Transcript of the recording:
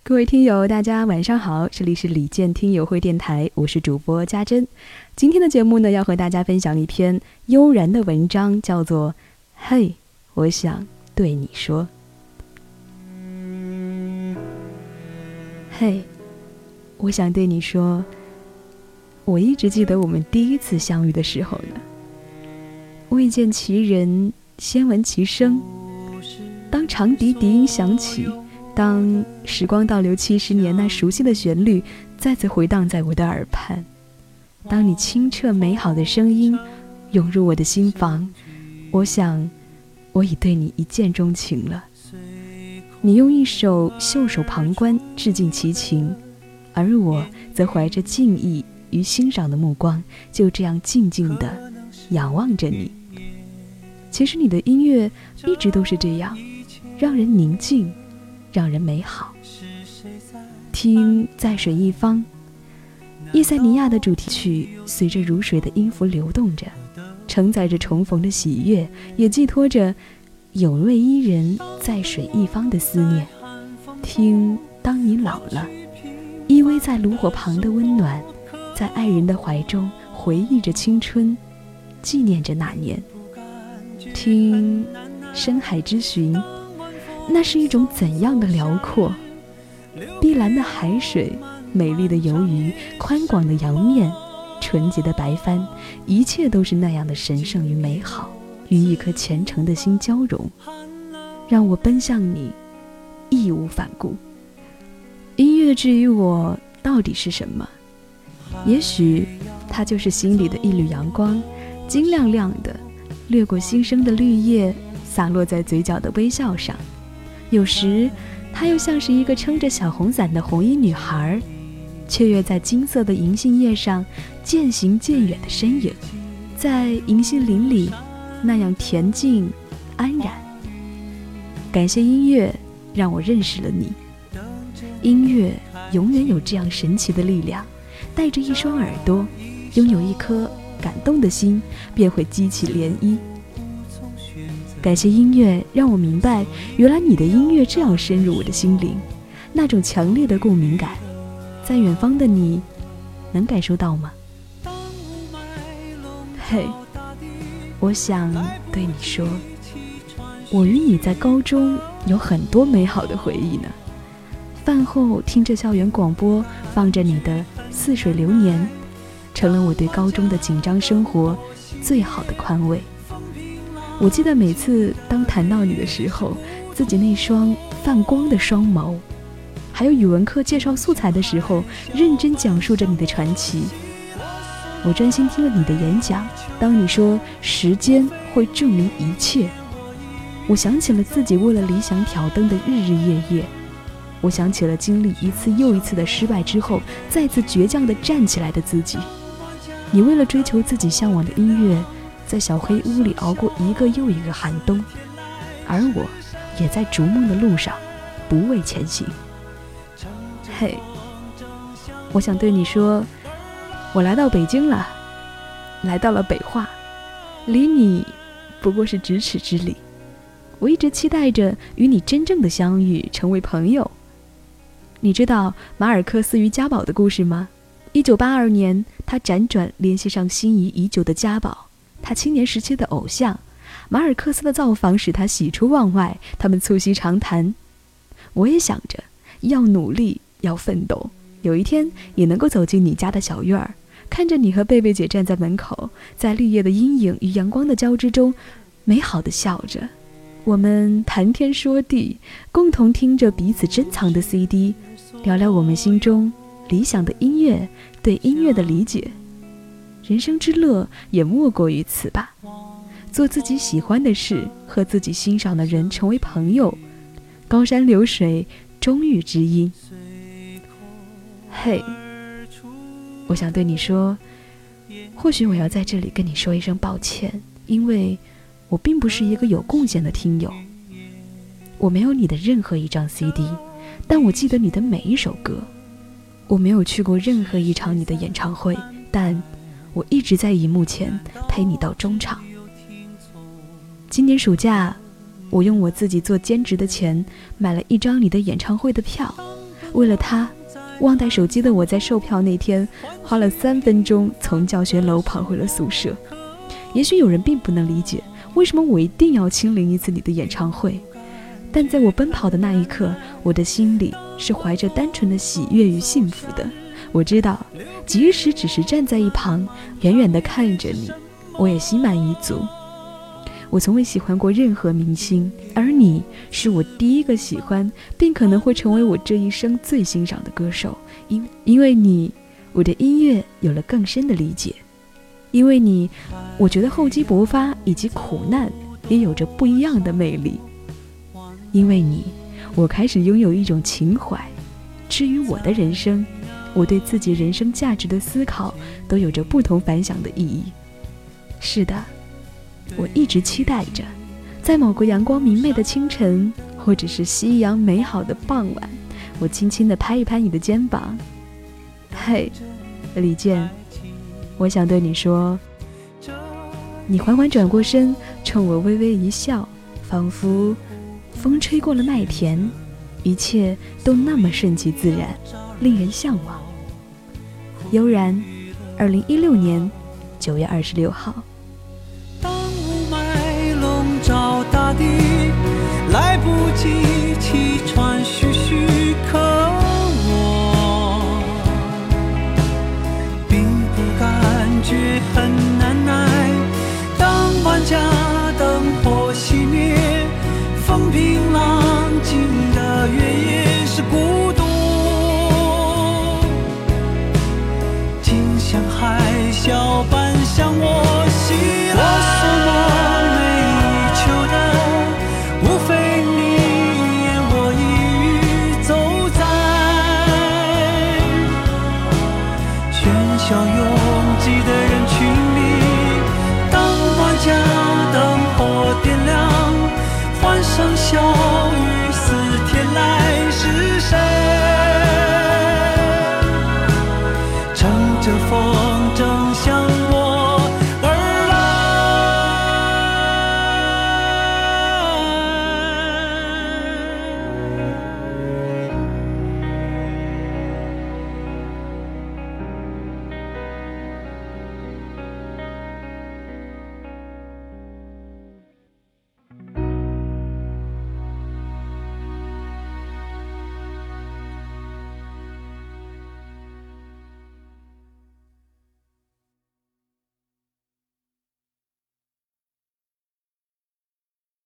各位听友大家晚上好，这里是李健听友会电台，我是主播家珍。今天的节目呢，要和大家分享一篇悠然的文章，叫做嘿，我想对你说。嘿，我想对你说，我一直记得我们第一次相遇的时候呢。未见其人，先闻其声。当长笛笛音响起，当时光倒流70年，那熟悉的旋律再次回荡在我的耳畔，当你清澈美好的声音涌入我的心房，我想我已对你一见钟情了。你用一首袖手旁观致敬其情，而我则怀着敬意与欣赏的目光，就这样静静地仰望着你。其实你的音乐一直都是这样，让人宁静，让人美好。听在水一方，叶塞尼亚的主题曲随着如水的音符流动着，承载着重逢的喜悦，也寄托着有位伊人在水一方的思念。听当你老了，依偎在炉火旁的温暖，在爱人的怀中回忆着青春，纪念着那年。听深海之寻，那是一种怎样的辽阔？碧蓝的海水，美丽的游鱼，宽广的洋面，纯洁的白帆，一切都是那样的神圣与美好，与一颗虔诚的心交融，让我奔向你，义无反顾。音乐至于我到底是什么？也许它就是心里的一缕阳光，晶亮亮的，掠过新生的绿叶，洒落在嘴角的微笑上。有时它又像是一个撑着小红伞的红衣女孩，雀跃在金色的银杏叶上，渐行渐远的身影，在银杏林里那样恬静安然。感谢音乐让我认识了你。音乐永远有这样神奇的力量，带着一双耳朵，拥有一颗感动的心，便会激起涟漪。感谢音乐让我明白，原来你的音乐这样深入我的心灵，那种强烈的共鸣感，在远方的你能感受到吗？嘿，我想对你说，我与你在高中有很多美好的回忆呢。饭后听着校园广播，放着你的《似水流年》，成了我对高中的紧张生活最好的宽慰。我记得每次当谈到你的时候，自己那双泛光的双眸，还有语文课介绍素材的时候，认真讲述着你的传奇。我专心听了你的演讲，当你说时间会证明一切，我想起了自己为了理想挑灯的日日夜夜，我想起了经历一次又一次的失败之后，再次倔强地站起来的自己。你为了追求自己向往的音乐，在小黑屋里熬过一个又一个寒冬，而我也在逐梦的路上不畏前行。嘿，我想对你说，我来到北京了，来到了北化，离你不过是咫尺之离。我一直期待着与你真正的相遇，成为朋友。你知道马尔克斯与家宝的故事吗？1982年，他辗转联系上心仪已久的家宝，他青年时期的偶像。马尔克斯的造访使他喜出望外，他们促膝长谈。我也想着要努力，要奋斗，有一天也能够走进你家的小院儿，看着你和贝贝姐站在门口，在绿叶的阴影与阳光的交织中，美好的笑着。我们谈天说地，共同听着彼此珍藏的 CD， 聊聊我们心中理想的音乐，对音乐的理解。人生之乐也莫过于此吧，做自己喜欢的事，和自己欣赏的人成为朋友，高山流水，中遇知音。嘿，我想对你说，或许我要在这里跟你说一声抱歉，因为我并不是一个有贡献的听友，我没有你的任何一张 CD， 但我记得你的每一首歌。我没有去过任何一场你的演唱会，但我一直在荧幕前陪你到中场。今年暑假，我用我自己做兼职的钱买了一张你的演唱会的票， 为了他，忘带手机的我在售票那天花了3分钟从教学楼跑回了宿舍。也许有人并不能理解为什么我一定要亲临一次你的演唱会，但在我奔跑的那一刻，我的心里是怀着单纯的喜悦与幸福的。我知道即使只是站在一旁远远地看着你，我也心满意足。我从未喜欢过任何明星，而你是我第一个喜欢并可能会成为我这一生最欣赏的歌手。因为你，我的音乐有了更深的理解。因为你，我觉得厚积薄发以及苦难也有着不一样的魅力。因为你，我开始拥有一种情怀。至于我的人生，我对自己人生价值的思考都有着不同凡响的意义。是的，我一直期待着，在某个阳光明媚的清晨，或者是夕阳美好的傍晚，我轻轻地拍一拍你的肩膀。嘿，李健，我想对你说。你缓缓转过身，冲我微微一笑，仿佛风吹过了麦田，一切都那么顺其自然，令人向往。悠然，2016年9月26号。 当雾霾笼罩大地，来不及气喘吁